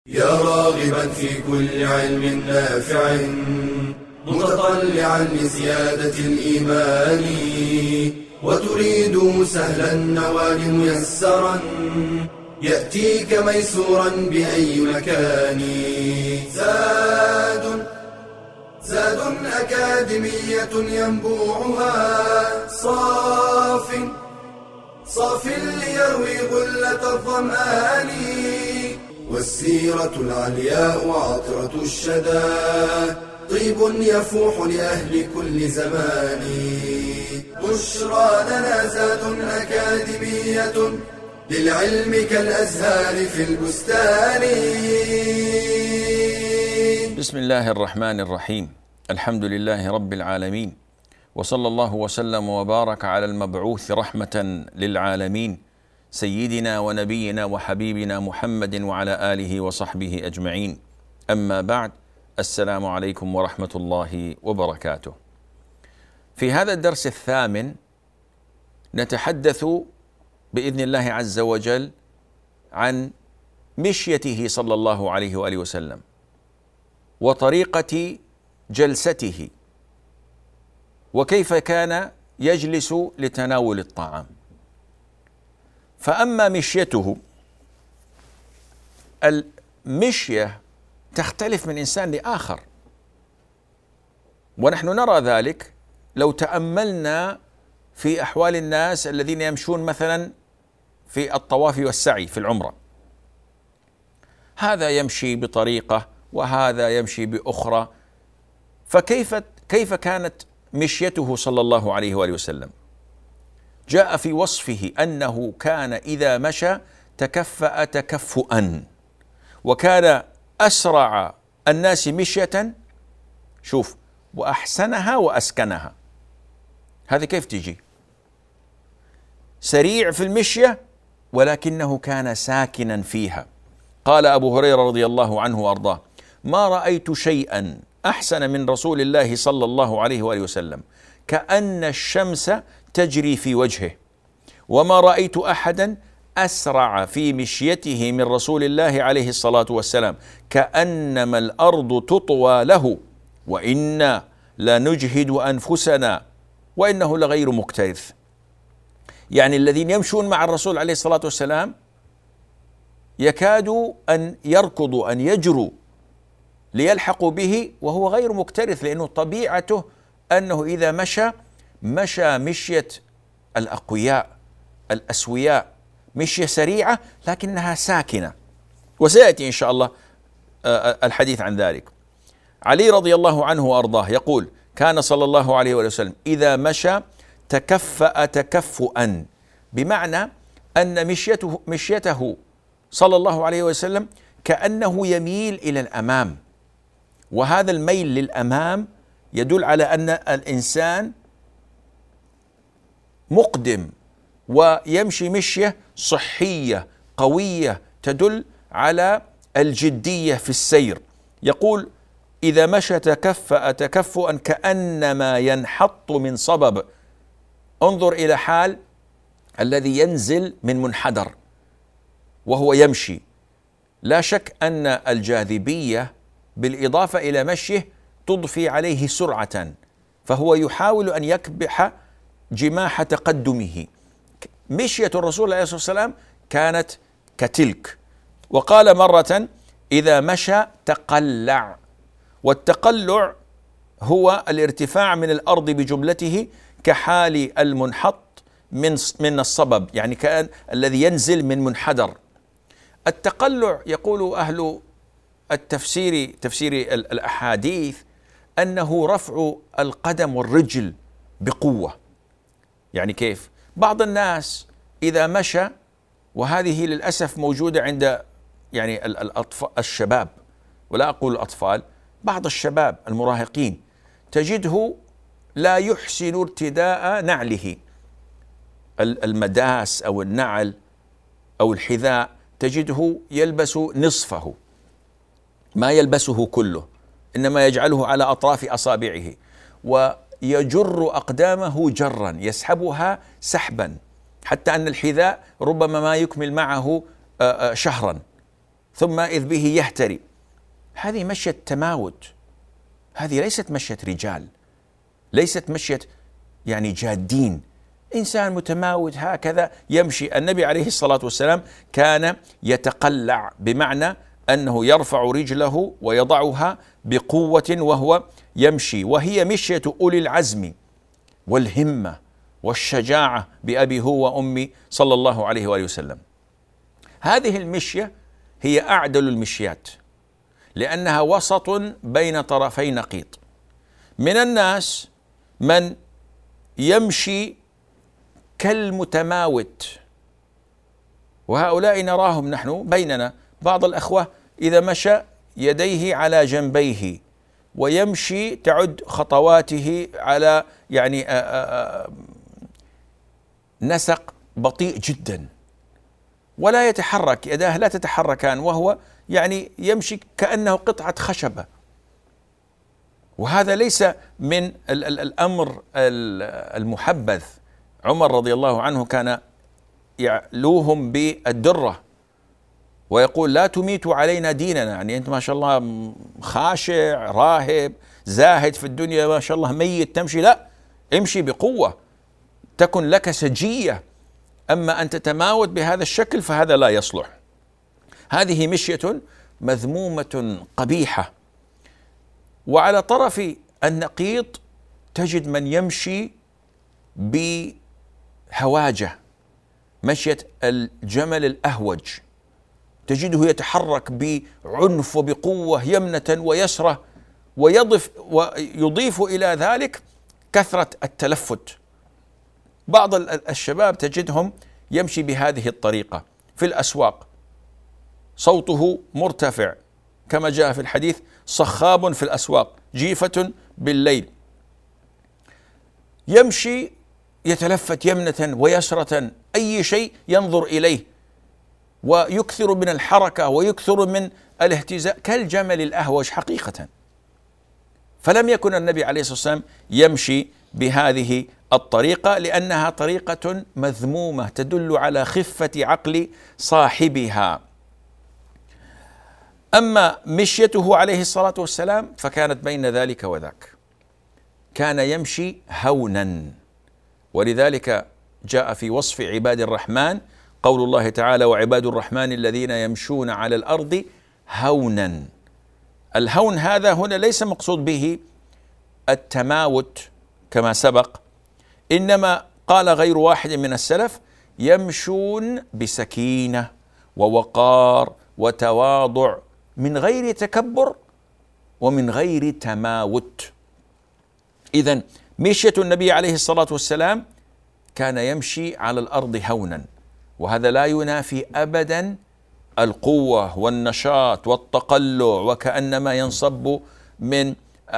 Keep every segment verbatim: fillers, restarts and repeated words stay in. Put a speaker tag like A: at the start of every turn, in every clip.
A: يا راغبا في كل علم نافع متطلعا لزيادة الإيمان وتريد سهلا النوال ميسرا يأتيك ميسورا بأي مكان. زاد زاد أكاديمية ينبوعها صاف صاف ليروي غلة الظمآن والسيرة العلياء وعطرة الشدى طيب يفوح لأهل كل زمان. بشرى لنا زاد أكاديمية للعلم كالأزهار في البستان.
B: بسم الله الرحمن الرحيم. الحمد لله رب العالمين، وصلى الله وسلم وبارك على المبعوث رحمة للعالمين سيدنا ونبينا وحبيبنا محمد وعلى آله وصحبه أجمعين. أما بعد، السلام عليكم ورحمة الله وبركاته. في هذا الدرس الثامن نتحدث بإذن الله عز وجل عن مشيته صلى الله عليه وآله وسلم وطريقة جلسته وكيف كان يجلس لتناول الطعام. فأما مشيته، المشية تختلف من إنسان لآخر، ونحن نرى ذلك لو تأملنا في أحوال الناس الذين يمشون مثلا في الطواف والسعي في العمرة. هذا يمشي بطريقة وهذا يمشي بأخرى، فكيف كيف كانت مشيته صلى الله عليه وآله وسلم؟ جاء في وصفه أنه كان إذا مشى تكفأ تكفؤا، وكان أسرع الناس مشية، شوف، وأحسنها وأسكنها. هذه كيف تجي؟ سريع في المشية ولكنه كان ساكنا فيها. قال أبو هريرة رضي الله عنه وأرضاه: ما رأيت شيئا أحسن من رسول الله صلى الله عليه وآله وسلم، كأن الشمس تجري في وجهه، وما رأيت أحدا أسرع في مشيته من رسول الله عليه الصلاة والسلام، كأنما الأرض تطوى له، وإنا لنجهد أنفسنا وإنه لغير مكترث. يعني الذين يمشون مع الرسول عليه الصلاة والسلام يكادوا أن يركضوا أن يجروا ليلحقوا به وهو غير مكترث، لأنه طبيعته أنه إذا مشى مشى مشية الأقوياء الأسوياء، مشية سريعة لكنها ساكنة، وسيأتي إن شاء الله الحديث عن ذلك. علي رضي الله عنه وأرضاه يقول: كان صلى الله عليه وسلم إذا مشى تكفأ تكفؤا، بمعنى أن مشيته مشيته صلى الله عليه وسلم كأنه يميل إلى الأمام، وهذا الميل للأمام يدل على أن الإنسان مقدم ويمشي مشية صحية قوية تدل على الجدية في السير. يقول: إذا مشى تكفأ تكفؤا كأنما ينحط من صبب. انظر إلى حال الذي ينزل من منحدر وهو يمشي. لا شك أن الجاذبية بالإضافة إلى مشيه تضفي عليه سرعة، فهو يحاول أن يكبح جماح تقدمه. مشية الرسول عليه الصلاة والسلام كانت كتلك. وقال مرة: إذا مشى تقلع، والتقلع هو الارتفاع من الأرض بجملته كحال المنحط من من الصبب، يعني كأن الذي ينزل من منحدر. التقلع يقول أهل التفسير تفسير الأحاديث أنه رفع القدم والرجل بقوة. يعني كيف؟ بعض الناس إذا مشى، وهذه للأسف موجودة عند يعني الأطفال الشباب، ولا أقول الأطفال، بعض الشباب المراهقين تجده لا يحسن ارتداء نعله، المداس أو النعل أو الحذاء، تجده يلبس نصفه، ما يلبسه كله، إنما يجعله على أطراف أصابعه، ويجر أقدامه جرا، يسحبها سحبا، حتى أن الحذاء ربما ما يكمل معه شهرا. ثم إذ به يهتري. هذه مشية تماوت، هذه ليست مشية رجال، ليست مشية يعني جادين. إنسان متماوت هكذا يمشي. النبي عليه الصلاة والسلام كان يتقلع، بمعنى أنه يرفع رجله ويضعها بقوة وهو يمشي، وهي مشية أولي العزم والهمة والشجاعة بأبي هو وأمي صلى الله عليه وآله وسلم. هذه المشية هي أعدل المشيات، لأنها وسط بين طرفي نقيض. من الناس من يمشي كالمتماوت، وهؤلاء نراهم نحن بيننا. بعض الأخوة إذا مشى يديه على جنبيه ويمشي تعد خطواته على يعني آآ آآ نسق بطيء جدا، ولا يتحرك، يداه لا تتحركان، وهو يعني يمشي كأنه قطعة خشبة. وهذا ليس من ال ال الأمر المحبذ. عمر رضي الله عنه كان يعلوهم بالدرة ويقول: لا تميتوا علينا ديننا. يعني أنت ما شاء الله خاشع راهب زاهد في الدنيا، ما شاء الله ميت تمشي، لا، امشي بقوة تكن لك سجية. أما أن تتماوت بهذا الشكل فهذا لا يصلح. هذه مشية مذمومة قبيحة. وعلى طرف النقيض تجد من يمشي بهواجة، مشية الجمل الأهوج، تجده يتحرك بعنف وبقوة يمنة ويسرة، ويضف ويضيف إلى ذلك كثرة التلفت. بعض الشباب تجدهم يمشي بهذه الطريقة في الأسواق، صوته مرتفع كما جاء في الحديث: صخاب في الأسواق جيفة بالليل. يمشي يتلفت يمنة ويسرة، أي شيء ينظر إليه، ويكثر من الحركة ويكثر من الاهتزاء كالجمل الأهوج حقيقة. فلم يكن النبي عليه الصلاة والسلام يمشي بهذه الطريقة، لأنها طريقة مذمومة تدل على خفة عقل صاحبها. أما مشيته عليه الصلاة والسلام فكانت بين ذلك وذاك، كان يمشي هونا. ولذلك جاء في وصف عباد الرحمن قول الله تعالى: وعباد الرحمن الذين يمشون على الأرض هونا. الهون هذا هنا ليس مقصود به التماوت كما سبق، إنما قال غير واحد من السلف: يمشون بسكينة ووقار وتواضع، من غير تكبر ومن غير تماوت. إذن مشية النبي عليه الصلاة والسلام كان يمشي على الأرض هونا، وهذا لا ينافي أبدا القوة والنشاط والتقلع، وكأنما ينصب من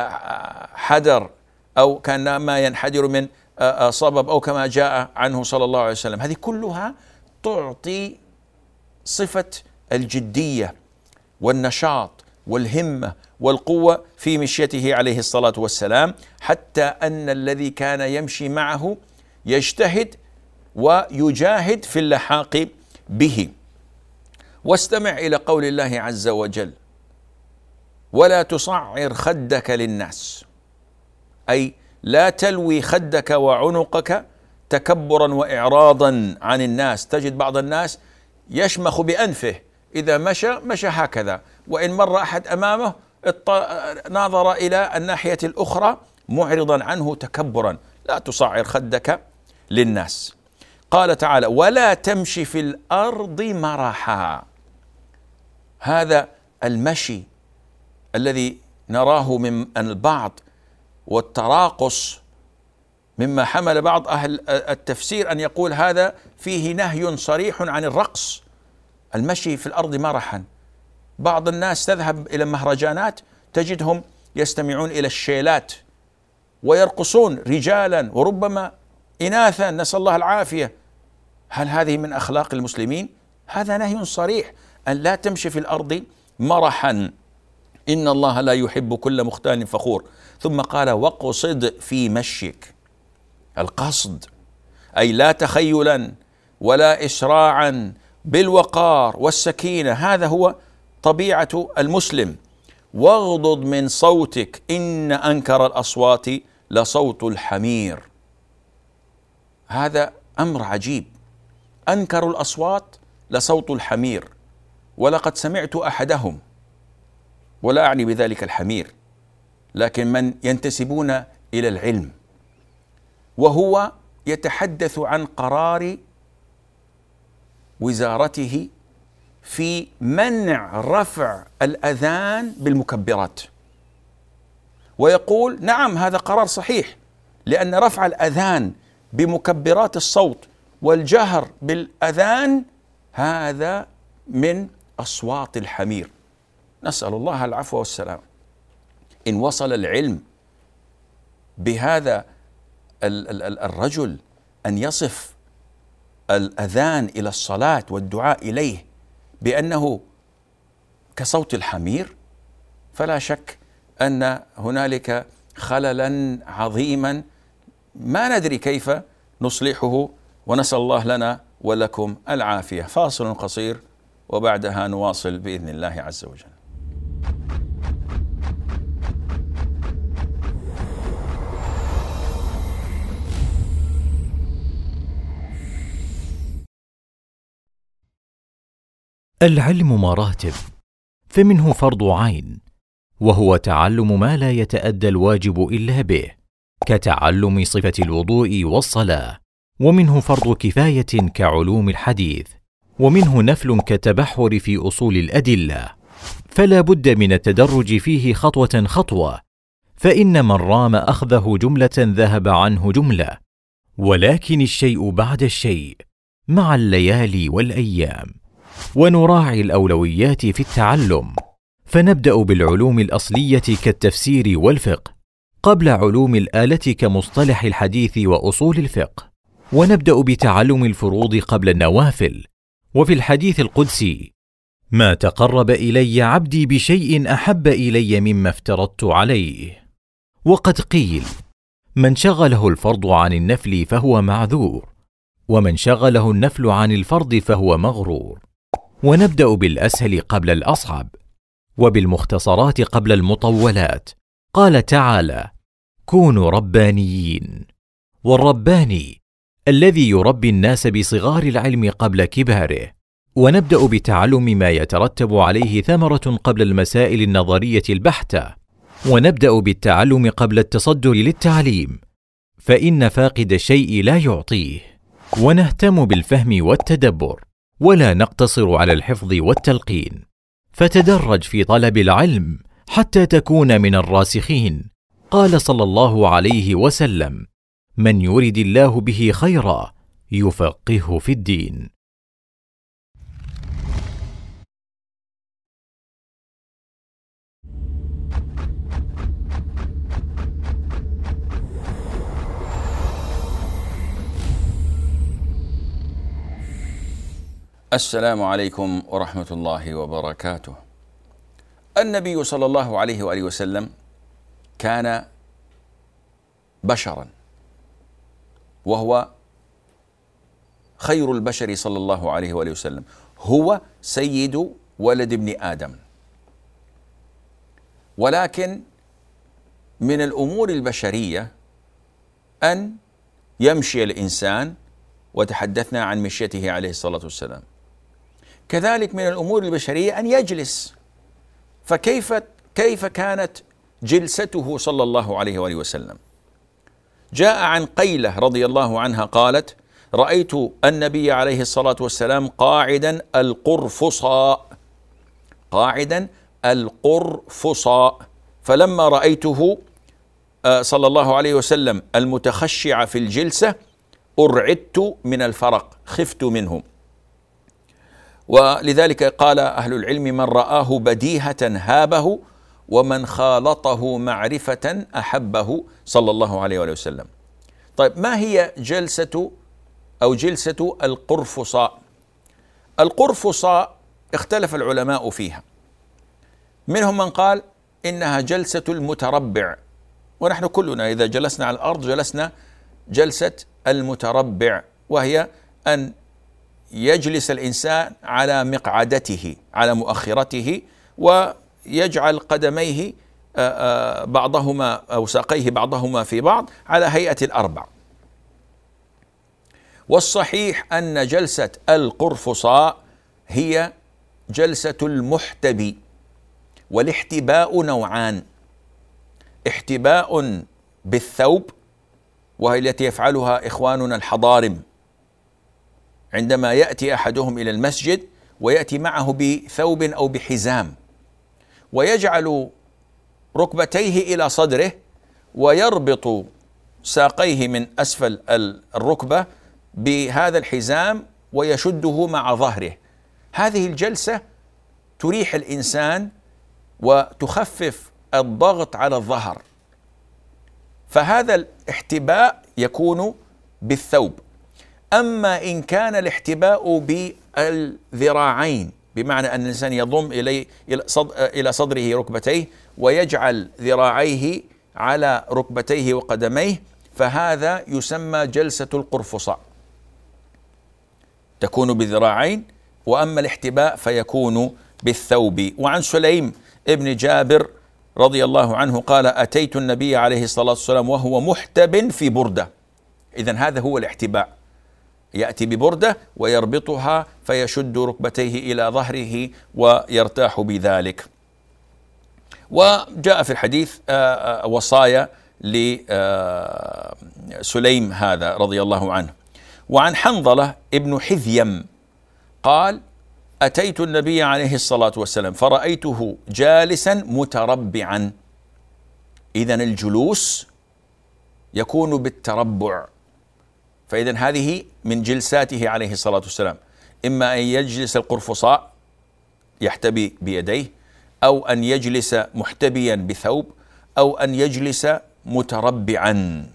B: حدر أو كأنما ينحدر من صبب، أو كما جاء عنه صلى الله عليه وسلم. هذه كلها تعطي صفة الجدية والنشاط والهمة والقوة في مشيته عليه الصلاة والسلام، حتى أن الذي كان يمشي معه يجتهد ويجاهد في اللحاق به. واستمع إلى قول الله عز وجل: ولا تصعر خدك للناس، أي لا تلوي خدك وعنقك تكبرا وإعراضا عن الناس. تجد بعض الناس يشمخ بأنفه، إذا مشى مشى هكذا، وإن مر أحد أمامه ناظر إلى الناحية الأخرى معرضا عنه تكبرا. لا تصعر خدك للناس. قال تعالى: ولا تمشي في الأرض مرحا. هذا المشي الذي نراه من البعض والتراقص، مما حمل بعض أهل التفسير أن يقول هذا فيه نهي صريح عن الرقص، المشي في الأرض مرحا. بعض الناس تذهب إلى المهرجانات تجدهم يستمعون إلى الشيلات ويرقصون رجالا وربما إناثا، نسأل الله العافية. هل هذه من أخلاق المسلمين؟ هذا نهي صريح أن لا تمشي في الأرض مرحا، إن الله لا يحب كل مختال فخور. ثم قال: واقصد في مشيك. القصد أي لا تخيلا ولا إسراعا، بالوقار والسكينة. هذا هو طبيعة المسلم. واغضض من صوتك إن أنكر الأصوات لصوت الحمير. هذا أمر عجيب، أنكر الأصوات لصوت الحمير. ولقد سمعت أحدهم، ولا أعني بذلك الحمير، لكن من ينتسبون إلى العلم، وهو يتحدث عن قرار وزارته في منع رفع الأذان بالمكبرات، ويقول نعم هذا قرار صحيح، لأن رفع الأذان بمكبرات الصوت والجهر بالأذان هذا من أصوات الحمير. نسأل الله العفو والسلام. إن وصل العلم بهذا الرجل أن يصف الأذان إلى الصلاة والدعاء إليه بأنه كصوت الحمير، فلا شك أن هنالك خللا عظيما ما ندري كيف نصلحه، ونسأل الله لنا ولكم العافية. فاصل قصير وبعدها نواصل بإذن الله عز وجل.
C: العلم مراتب، فمنه فرض عين وهو تعلم ما لا يتأدى الواجب إلا به، كتعلم صفة الوضوء والصلاة، ومنه فرض كفاية كعلوم الحديث، ومنه نفل كالتبحر في أصول الأدلة. فلا بد من التدرج فيه خطوة خطوة، فإن من رام أخذه جملة ذهب عنه جملة، ولكن الشيء بعد الشيء مع الليالي والأيام. ونراعي الأولويات في التعلم، فنبدأ بالعلوم الأصلية كالتفسير والفقه قبل علوم الآلة كمصطلح الحديث وأصول الفقه، ونبدأ بتعلم الفروض قبل النوافل. وفي الحديث القدسي: ما تقرب إلي عبدي بشيء أحب إلي مما افترضت عليه. وقد قيل: من شغله الفرض عن النفل فهو معذور، ومن شغله النفل عن الفرض فهو مغرور. ونبدأ بالأسهل قبل الأصعب، وبالمختصرات قبل المطولات. قال تعالى: كونوا ربانيين. والرباني الذي يربي الناس بصغار العلم قبل كباره. ونبدأ بتعلم ما يترتب عليه ثمرة قبل المسائل النظرية البحتة. ونبدأ بالتعلم قبل التصدر للتعليم، فإن فاقد الشيء لا يعطيه. ونهتم بالفهم والتدبر، ولا نقتصر على الحفظ والتلقين. فتدرج في طلب العلم حتى تكون من الراسخين. قال صلى الله عليه وسلم: من يرد الله به خيرا يفقهه في الدين.
B: السلام عليكم ورحمة الله وبركاته. النبي صلى الله عليه وآله وسلم كان بشرا، وهو خير البشر صلى الله عليه وآله وسلم، هو سيد ولد ابن آدم. ولكن من الأمور البشرية أن يمشي الإنسان، وتحدثنا عن مشيته عليه الصلاة والسلام. كذلك من الأمور البشرية أن يجلس، فكيف كيف كانت جلسته صلى الله عليه وآله وسلم؟ جاء عن قيلة رضي الله عنها قالت: رأيت النبي عليه الصلاة والسلام قاعدا القرفصاء، قاعدا القرفصاء، فلما رأيته صلى الله عليه وسلم المتخشع في الجلسة أرعدت من الفرق، خفت منه. ولذلك قال أهل العلم: من رآه بديهة هابه، ومن خالطه معرفة أحبه، صلى الله عليه وآله وسلم. طيب، ما هي جلسة أو جلسة القرفصاء؟ القرفصاء اختلف العلماء فيها، منهم من قال إنها جلسة المتربع، ونحن كلنا إذا جلسنا على الأرض جلسنا جلسة المتربع، وهي أن يجلس الإنسان على مقعدته، على مؤخرته، ويجعل قدميه بعضهما أو ساقيه بعضهما في بعض على هيئة الأربع. والصحيح أن جلسة القرفصاء هي جلسة المحتبي. والاحتباء نوعان: احتباء بالثوب، وهي التي يفعلها إخواننا الحضارم عندما يأتي أحدهم إلى المسجد ويأتي معه بثوب أو بحزام، ويجعل ركبتيه إلى صدره ويربط ساقيه من أسفل الركبة بهذا الحزام ويشده مع ظهره. هذه الجلسة تريح الإنسان وتخفف الضغط على الظهر. فهذا الاحتباء يكون بالثوب. أما إن كان الاحتباء بالذراعين، بمعنى أن الإنسان يضم إلي إلى صدره ركبتيه ويجعل ذراعيه على ركبتيه وقدميه، فهذا يسمى جلسة القرفصاء، تكون بالذراعين. وأما الاحتباء فيكون بالثوب. وعن سليم ابن جابر رضي الله عنه قال: أتيت النبي عليه الصلاة والسلام وهو محتب في بردة. إذن هذا هو الاحتباء، يأتي ببردة ويربطها فيشد ركبتيه إلى ظهره ويرتاح بذلك. وجاء في الحديث وصايا لسليم هذا رضي الله عنه. وعن حنظلة ابن حذيم قال: أتيت النبي عليه الصلاة والسلام فرأيته جالسا متربعا. إذن الجلوس يكون بالتربع، فإذن هذه من جلساته عليه الصلاة والسلام، إما أن يجلس القرفصاء يحتبي بيديه، أو أن يجلس محتبيا بثوب، أو أن يجلس متربعا.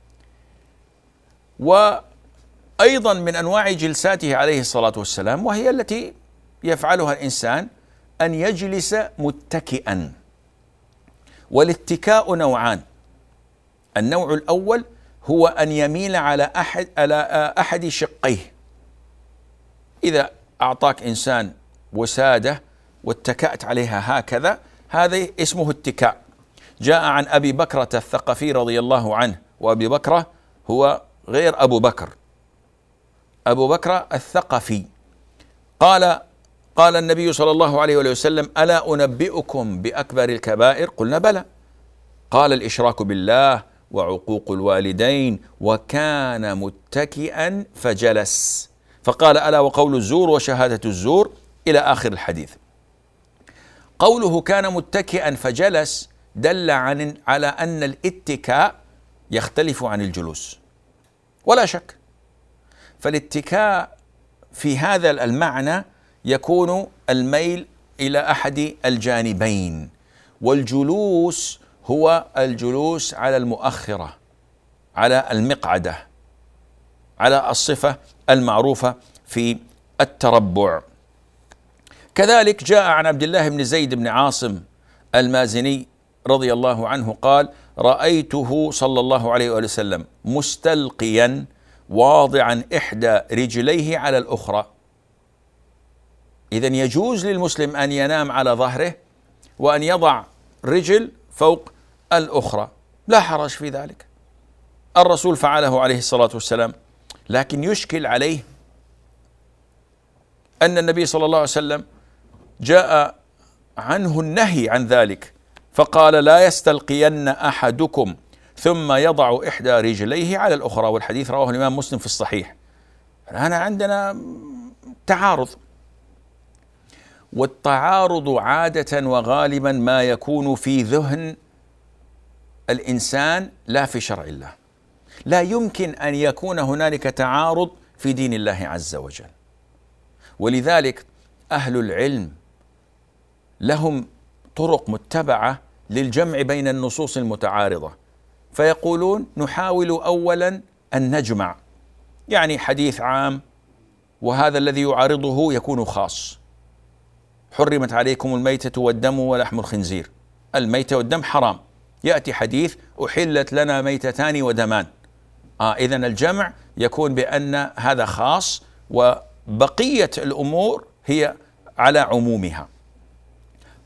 B: وأيضا من أنواع جلساته عليه الصلاة والسلام، وهي التي يفعلها الإنسان، أن يجلس متكئا. والاتكاء نوعان: النوع الأول هو أن يميل على أحد على أحد شقيه. إذا أعطاك إنسان وسادة واتكأت عليها هكذا، هذا اسمه اتكاء. جاء عن أبي بكرة الثقفي رضي الله عنه، وأبي بكرة هو غير أبو بكر، أبو بكر الثقفي، قال قال النبي صلى الله عليه وسلم: ألا أنبئكم بأكبر الكبائر؟ قلنا بلى. قال: الإشراك بالله وعقوق الوالدين. وكان متكئا فجلس، فقال: ألا وقول الزور وشهادة الزور، إلى آخر الحديث. قوله كان متكئا فجلس دل عن على أن الاتكاء يختلف عن الجلوس ولا شك. فالاتكاء في هذا المعنى يكون الميل إلى أحد الجانبين، والجلوس هو الجلوس على المؤخرة، على المقعدة، على الصفة المعروفة في التربع. كذلك جاء عن عبد الله بن زيد بن عاصم المازني رضي الله عنه قال: رأيته صلى الله عليه وسلم مستلقيا واضعا إحدى رجليه على الأخرى. إذن يجوز للمسلم أن ينام على ظهره وأن يضع رجل فوق الأخرى، لا حرج في ذلك، الرسول فعله عليه الصلاة والسلام. لكن يشكل عليه أن النبي صلى الله عليه وسلم جاء عنه النهي عن ذلك، فقال: لا يستلقين أحدكم ثم يضع إحدى رجليه على الأخرى. والحديث رواه الإمام مسلم في الصحيح. الآن عندنا تعارض، والتعارض عادة وغالبا ما يكون في ذهن الإنسان لا في شرع الله. لا يمكن أن يكون هنالك تعارض في دين الله عز وجل. ولذلك أهل العلم لهم طرق متبعة للجمع بين النصوص المتعارضة، فيقولون: نحاول أولا أن نجمع، يعني حديث عام وهذا الذي يعارضه يكون خاص. حرمت عليكم الميتة والدم ولحم الخنزير، الميتة والدم حرام، يأتي حديث: أحلت لنا ميتتان ودمان. آه إذن الجمع يكون بأن هذا خاص وبقية الأمور هي على عمومها.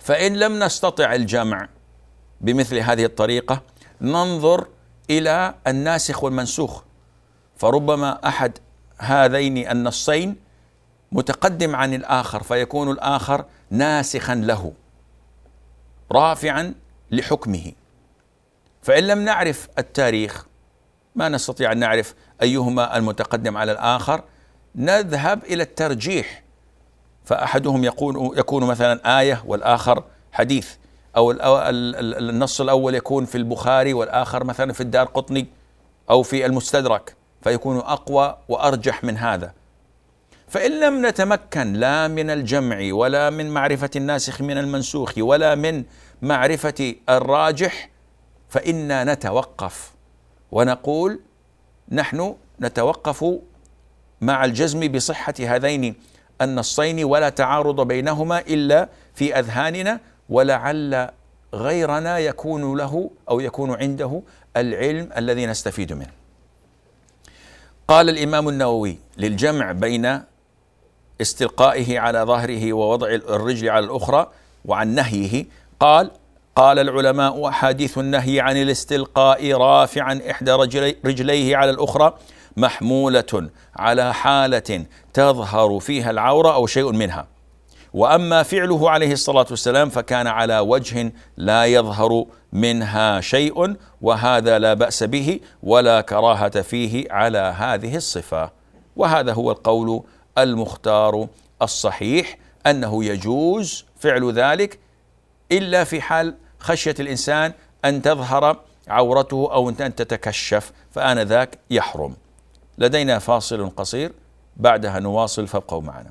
B: فإن لم نستطع الجمع بمثل هذه الطريقة ننظر إلى الناسخ والمنسوخ، فربما أحد هذين النصين متقدم عن الآخر فيكون الآخر ناسخا له رافعا لحكمه. فإن لم نعرف التاريخ ما نستطيع أن نعرف أيهما المتقدم على الآخر، نذهب إلى الترجيح، فأحدهم يكون يكون مثلا آية والآخر حديث، أو النص الأول يكون في البخاري والآخر مثلا في الدارقطني أو في المستدرك، فيكون أقوى وأرجح من هذا. فإن لم نتمكن لا من الجمع ولا من معرفة الناسخ من المنسوخ ولا من معرفة الراجح، فإنا نتوقف ونقول نحن نتوقف مع الجزم بصحة هذين النصين ولا تعارض بينهما إلا في أذهاننا، ولعل غيرنا يكون له أو يكون عنده العلم الذي نستفيد منه. قال الإمام النووي للجمع بين استلقائه على ظهره ووضع الرجل على الأخرى وعن نهيه، قال قال العلماء: أحاديث النهي عن الاستلقاء رافعا إحدى رجليه على الأخرى محمولة على حالة تظهر فيها العورة أو شيء منها، وأما فعله عليه الصلاة والسلام فكان على وجه لا يظهر منها شيء، وهذا لا بأس به ولا كراهة فيه على هذه الصفة. وهذا هو القول المختار الصحيح، أنه يجوز فعل ذلك إلا في حال خشية الإنسان أن تظهر عورته أو أن تتكشف، فآنذاك يحرم. لدينا فاصل قصير، بعدها نواصل، فابقوا معنا.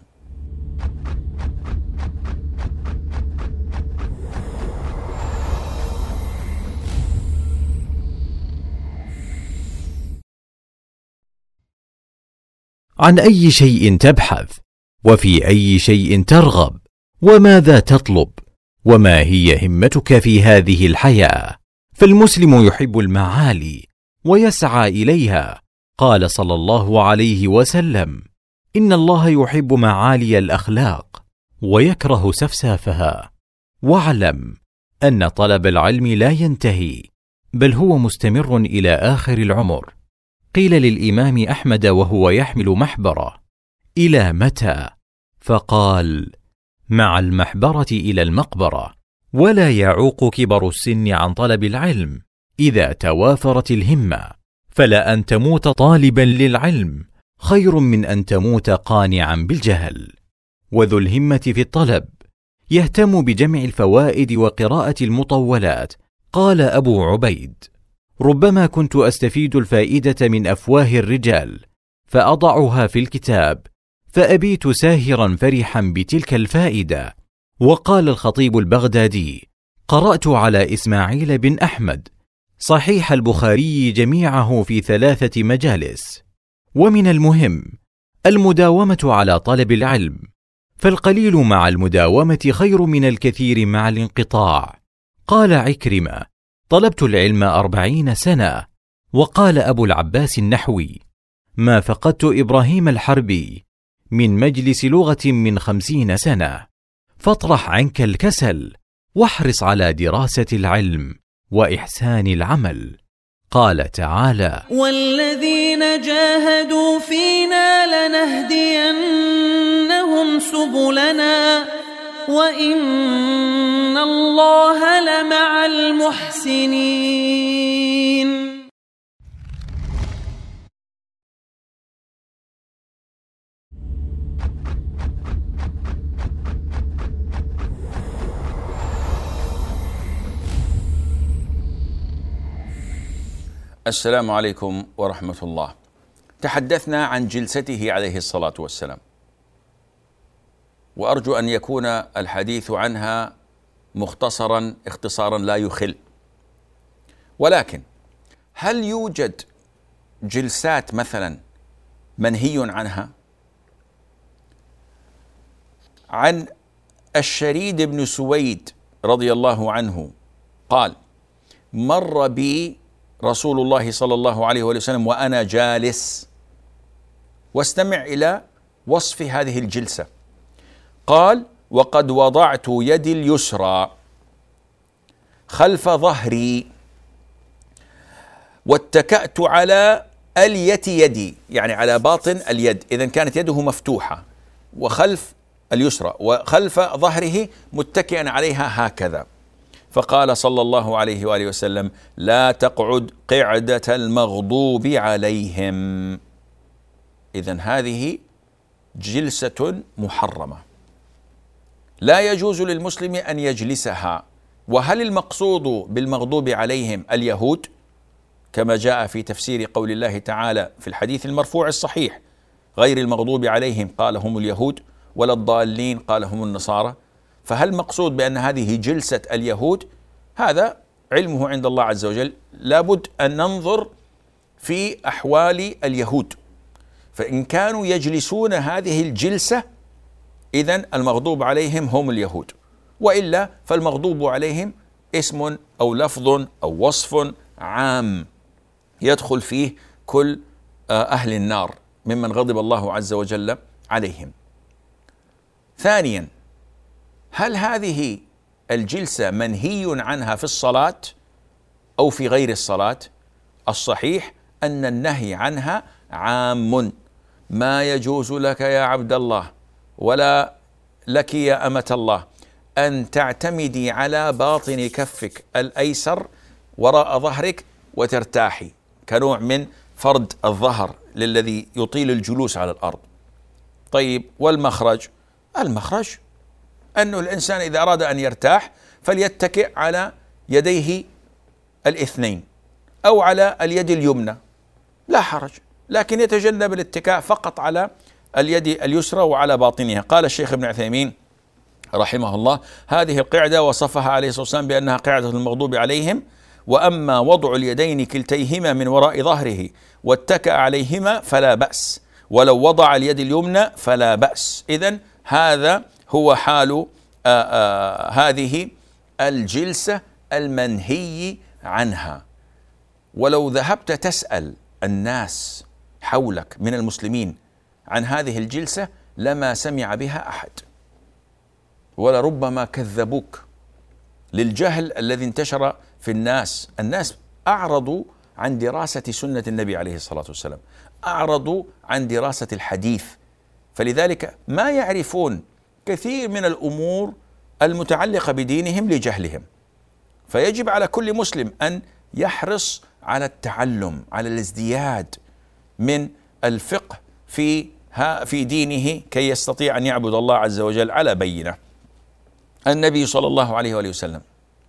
C: عن أي شيء تبحث؟ وفي أي شيء ترغب؟ وماذا تطلب؟ وما هي همتك في هذه الحياة؟ فالمسلم يحب المعالي ويسعى إليها. قال صلى الله عليه وسلم: إن الله يحب معالي الأخلاق ويكره سفسافها. واعلم أن طلب العلم لا ينتهي، بل هو مستمر إلى آخر العمر. قيل للإمام أحمد وهو يحمل محبرة: إلى متى؟ فقال: مع المحبرة إلى المقبرة. ولا يعوق كبر السن عن طلب العلم إذا توافرت الهمة، فلا أن تموت طالبا للعلم خير من أن تموت قانعا بالجهل. وذو الهمة في الطلب يهتم بجمع الفوائد وقراءة المطولات. قال أبو عبيد: ربما كنت أستفيد الفائدة من أفواه الرجال فأضعها في الكتاب، فأبيت ساهرا فرحا بتلك الفائدة. وقال الخطيب البغدادي: قرأت على إسماعيل بن أحمد صحيح البخاري جميعه في ثلاثة مجالس. ومن المهم المداومة على طلب العلم، فالقليل مع المداومة خير من الكثير مع الانقطاع. قال عكرمة: طلبت العلم أربعين سنة. وقال أبو العباس النحوي: ما فقدت إبراهيم الحربي من مجلس لغة من خمسين سنة. فاطرح عنك الكسل واحرص على دراسة العلم وإحسان العمل. قال تعالى:
D: والذين جاهدوا فينا لنهدينهم سبلنا وإن الله لمع المحسنين.
B: السلام عليكم ورحمة الله. تحدثنا عن جلسته عليه الصلاة والسلام، وأرجو أن يكون الحديث عنها مختصرا اختصارا لا يخل. ولكن هل يوجد جلسات مثلا منهي عنها؟ عن الشريد بن سويد رضي الله عنه قال: مر بي رسول الله صلى الله عليه وسلم وأنا جالس، واستمع إلى وصف هذه الجلسة. قال: وقد وضعت يدي اليسرى خلف ظهري واتكأت على الية يدي، يعني على باطن اليد، إذن كانت يده مفتوحة وخلف اليسرى وخلف ظهره متكئا عليها هكذا. فقال صلى الله عليه وآله وسلم: لا تقعد قعدة المغضوب عليهم. إذن هذه جلسة محرمة لا يجوز للمسلم أن يجلسها. وهل المقصود بالمغضوب عليهم اليهود كما جاء في تفسير قول الله تعالى في الحديث المرفوع الصحيح: غير المغضوب عليهم قال هم اليهود ولا الضالين قال هم النصارى؟ فهل مقصود بأن هذه جلسة اليهود؟ هذا علمه عند الله عز وجل، لابد أن ننظر في أحوال اليهود، فإن كانوا يجلسون هذه الجلسة إذن المغضوب عليهم هم اليهود، وإلا فالمغضوب عليهم اسم أو لفظ أو وصف عام يدخل فيه كل أهل النار ممن غضب الله عز وجل عليهم. ثانيا، هل هذه الجلسة منهي عنها في الصلاة أو في غير الصلاة؟ الصحيح أن النهي عنها عام، ما يجوز لك يا عبد الله ولا لك يا أمة الله أن تعتمدي على باطن كفك الأيسر وراء ظهرك وترتاحي كنوع من فرد الظهر للذي يطيل الجلوس على الأرض. طيب، والمخرج؟ المخرج أنه الإنسان إذا أراد أن يرتاح فليتكئ على يديه الاثنين أو على اليد اليمنى، لا حرج، لكن يتجنب الاتكاء فقط على اليد اليسرى وعلى باطنها. قال الشيخ ابن عثيمين رحمه الله: هذه القعدة وصفها عليه الصلاة والسلام بأنها قعدة المغضوب عليهم، وأما وضع اليدين كلتيهما من وراء ظهره واتكأ عليهما فلا بأس، ولو وضع اليد اليمنى فلا بأس. إذن هذا هو حال آآ آآ هذه الجلسة المنهي عنها. ولو ذهبت تسأل الناس حولك من المسلمين عن هذه الجلسة لما سمع بها أحد، ولربما كذبوك للجهل الذي انتشر في الناس. الناس أعرضوا عن دراسة سنة النبي عليه الصلاة والسلام، أعرضوا عن دراسة الحديث، فلذلك ما يعرفون كثير من الأمور المتعلقة بدينهم لجهلهم. فيجب على كل مسلم أن يحرص على التعلم، على الازدياد من الفقه في في دينه كي يستطيع أن يعبد الله عز وجل على بينة. النبي صلى الله عليه وآله وسلم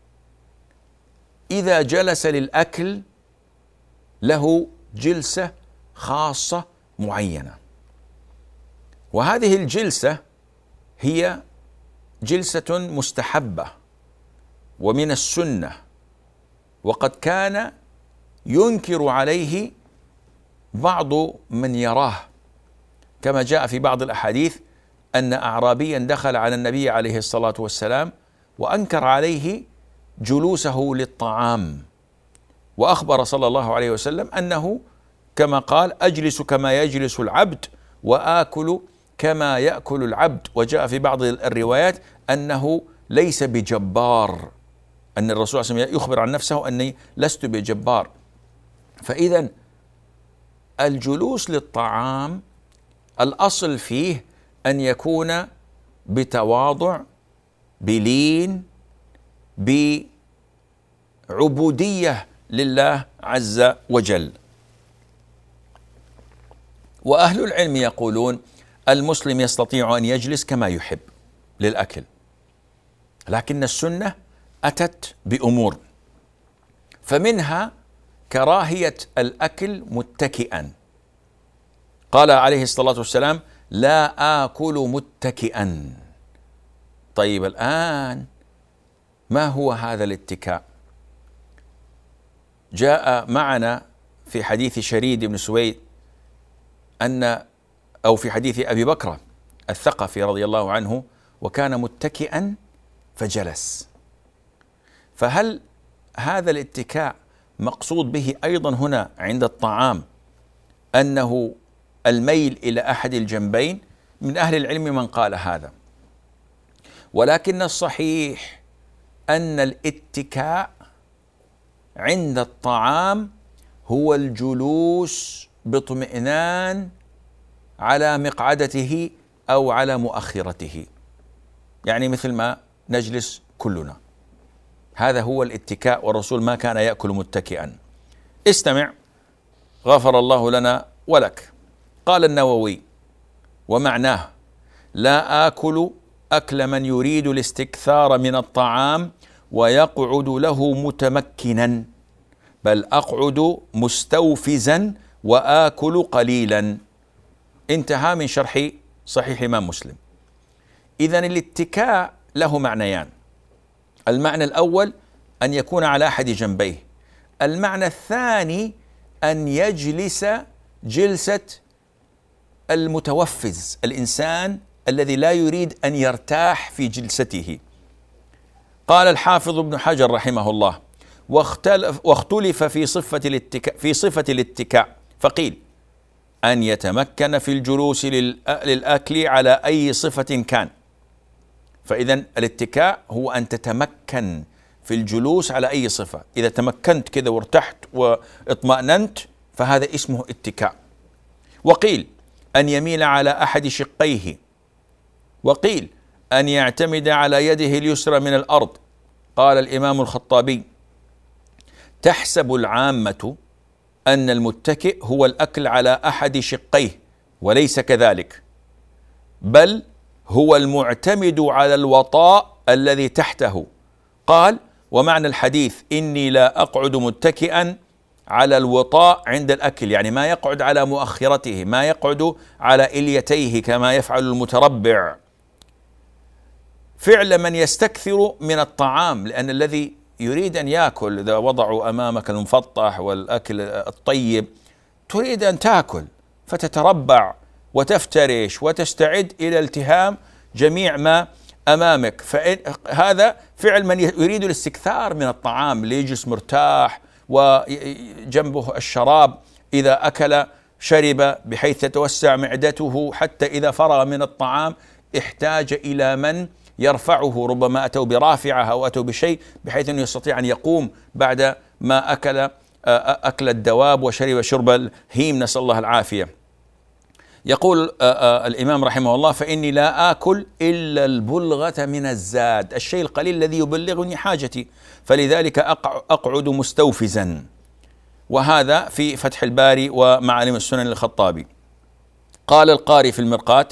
B: إذا جلس للأكل له جلسة خاصة معينة، وهذه الجلسة هي جلسة مستحبة ومن السنة، وقد كان ينكر عليه بعض من يراه، كما جاء في بعض الأحاديث أن أعرابيا دخل على النبي عليه الصلاة والسلام وأنكر عليه جلوسه للطعام، وأخبر صلى الله عليه وسلم أنه كما قال: أجلس كما يجلس العبد وآكل كما يأكل العبد. وجاء في بعض الروايات أنه ليس بجبار، أن الرسول صلى الله عليه وسلم يخبر عن نفسه أني لست بجبار. فإذا الجلوس للطعام الأصل فيه أن يكون بتواضع، بلين، بعبودية لله عز وجل. وأهل العلم يقولون المسلم يستطيع أن يجلس كما يحب للأكل، لكن السنة أتت بأمور، فمنها كراهية الأكل متكئا. قال عليه الصلاة والسلام: لا آكل متكئا. طيب، الآن ما هو هذا الاتكاء؟ جاء معنا في حديث شريد بن سويد أن أو في حديث أبي بكر الثقفي رضي الله عنه، وكان متكئا فجلس. فهل هذا الاتكاء مقصود به أيضا هنا عند الطعام أنه الميل إلى أحد الجنبين؟ من أهل العلم من قال هذا، ولكن الصحيح أن الاتكاء عند الطعام هو الجلوس باطمئنان على مقعدته أو على مؤخرته، يعني مثل ما نجلس كلنا، هذا هو الاتكاء، والرسول ما كان يأكل متكئا. استمع غفر الله لنا ولك. قال النووي: ومعناه لا آكل أكل من يريد الاستكثار من الطعام ويقعد له متمكنا، بل أقعد مستوفزا وآكل قليلا. انتهى من شرح صحيح الإمام مسلم. إذن الاتكاء له معنيان: المعنى الأول أن يكون على أحد جنبيه، المعنى الثاني أن يجلس جلسة المتوفز، الإنسان الذي لا يريد أن يرتاح في جلسته. قال الحافظ ابن حجر رحمه الله: واختلف, واختلف في صفة الاتكاء في صفة الاتكاء فقيل أن يتمكن في الجلوس للأكل على أي صفة كان. فإذا الاتكاء هو أن تتمكن في الجلوس على أي صفة، إذا تمكنت كذا وارتحت واطمأننت فهذا اسمه اتكاء. وقيل أن يميل على أحد شقيه، وقيل أن يعتمد على يده اليسرى من الأرض. قال الإمام الخطابي: تحسب العامة أن المتكئ هو الأكل على أحد شقيه، وليس كذلك، بل هو المعتمد على الوطاء الذي تحته. قال: ومعنى الحديث إني لا أقعد متكئا على الوطاء عند الأكل، يعني ما يقعد على مؤخرته، ما يقعد على إليتيه كما يفعل المتربع، فعل من يستكثر من الطعام، لأن الذي يريد أن يأكل إذا وضعوا أمامك المفطح والأكل الطيب تريد أن تأكل فتتربع وتفترش وتستعد إلى التهام جميع ما أمامك. فهذا فعل من يريد الاستكثار من الطعام، ليجلس مرتاح وجنبه الشراب، إذا أكل شرب بحيث تتوسع معدته، حتى إذا فرغ من الطعام احتاج إلى من يرفعه، ربما أتوا برافعة أو أتوا بشيء بحيث أنه يستطيع أن يقوم بعد ما أكل أكل الدواب وشرب شرب الهيم، نسأل الله العافية. يقول الإمام رحمه الله: فإني لا آكل إلا البلغة من الزاد، الشيء القليل الذي يبلغني حاجتي، فلذلك أقعد مستوفزا. وهذا في فتح الباري ومعالم السنن للخطابي. قال القاري في المرقاة: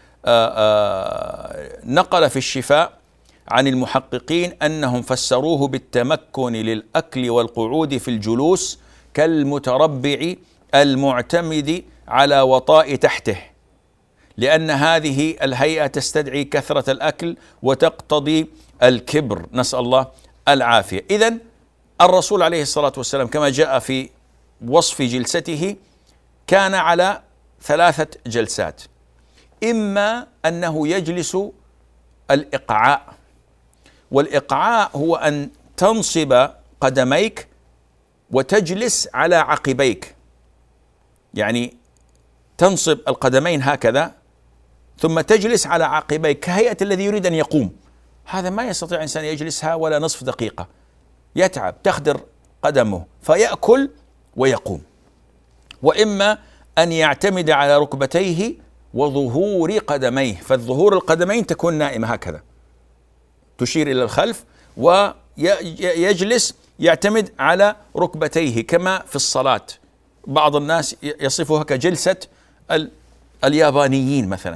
B: نقل في الشفاء عن المحققين أنهم فسروه بالتمكن للأكل والقعود في الجلوس كالمتربع المعتمد على وطاء تحته، لأن هذه الهيئة تستدعي كثرة الأكل وتقتضي الكبر، نسأل الله العافية. إذن الرسول عليه الصلاة والسلام كما جاء في وصف جلسته كان على ثلاثة جلسات: إما أنه يجلس الإقعاء، والإقعاء هو أن تنصب قدميك وتجلس على عقبيك، يعني تنصب القدمين هكذا ثم تجلس على عقبيك كهيئة الذي يريد أن يقوم. هذا ما يستطيع إنسان يجلسها ولا نصف دقيقة، يتعب، تخدر قدمه فيأكل ويقوم. وإما أن يعتمد على ركبتيه وظهور قدميه، فالظهور القدمين تكون نائمة هكذا تشير إلى الخلف، ويجلس يعتمد على ركبتيه كما في الصلاة. بعض الناس يصفها كجلسة اليابانيين مثلا،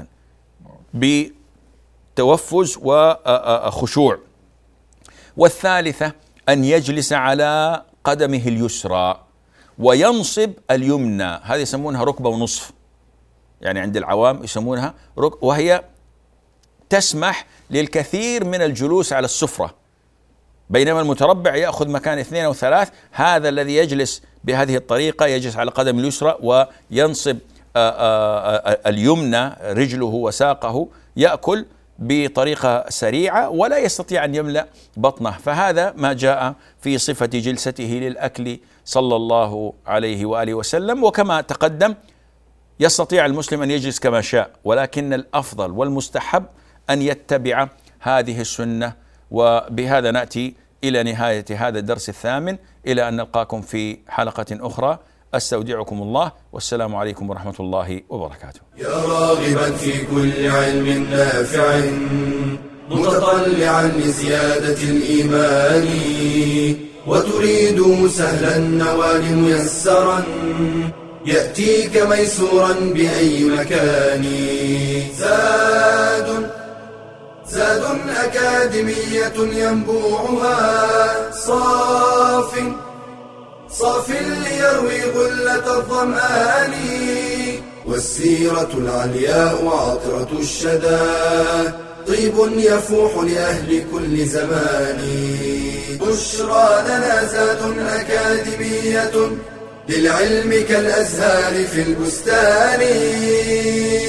B: بتوفز وخشوع. والثالثة أن يجلس على قدمه اليسرى وينصب اليمنى، هذه يسمونها ركبة ونصف، يعني عند العوام يسمونها رك... وهي تسمح للكثير من الجلوس على السفرة، بينما المتربع يأخذ مكان اثنين أو ثلاث. هذا الذي يجلس بهذه الطريقة يجلس على قدم اليسرى وينصب اليمنى رجله وساقه، يأكل بطريقة سريعة ولا يستطيع أن يملأ بطنه. فهذا ما جاء في صفة جلسته للأكل صلى الله عليه وآله وسلم. وكما تقدم يستطيع المسلم أن يجلس كما شاء، ولكن الأفضل والمستحب أن يتبع هذه السنة. وبهذا نأتي إلى نهاية هذا الدرس الثامن، إلى أن نلقاكم في حلقة أخرى. أستودعكم الله، والسلام عليكم ورحمة الله وبركاته.
A: يا راغبا في كل علم نافع متطلعا لزيادة الإيمان وتريد سهلا النوال ميسرا يأتيك ميسورا بأي مكان. زاد زاد أكاديمية ينبوعها صاف صاف ليروي غلة الظمآن والسيرة العلياء عطرة الشدى طيب يفوح لأهل كل زمان. بشرى لنا زاد أكاديمية للعلم كالأزهار في البستان.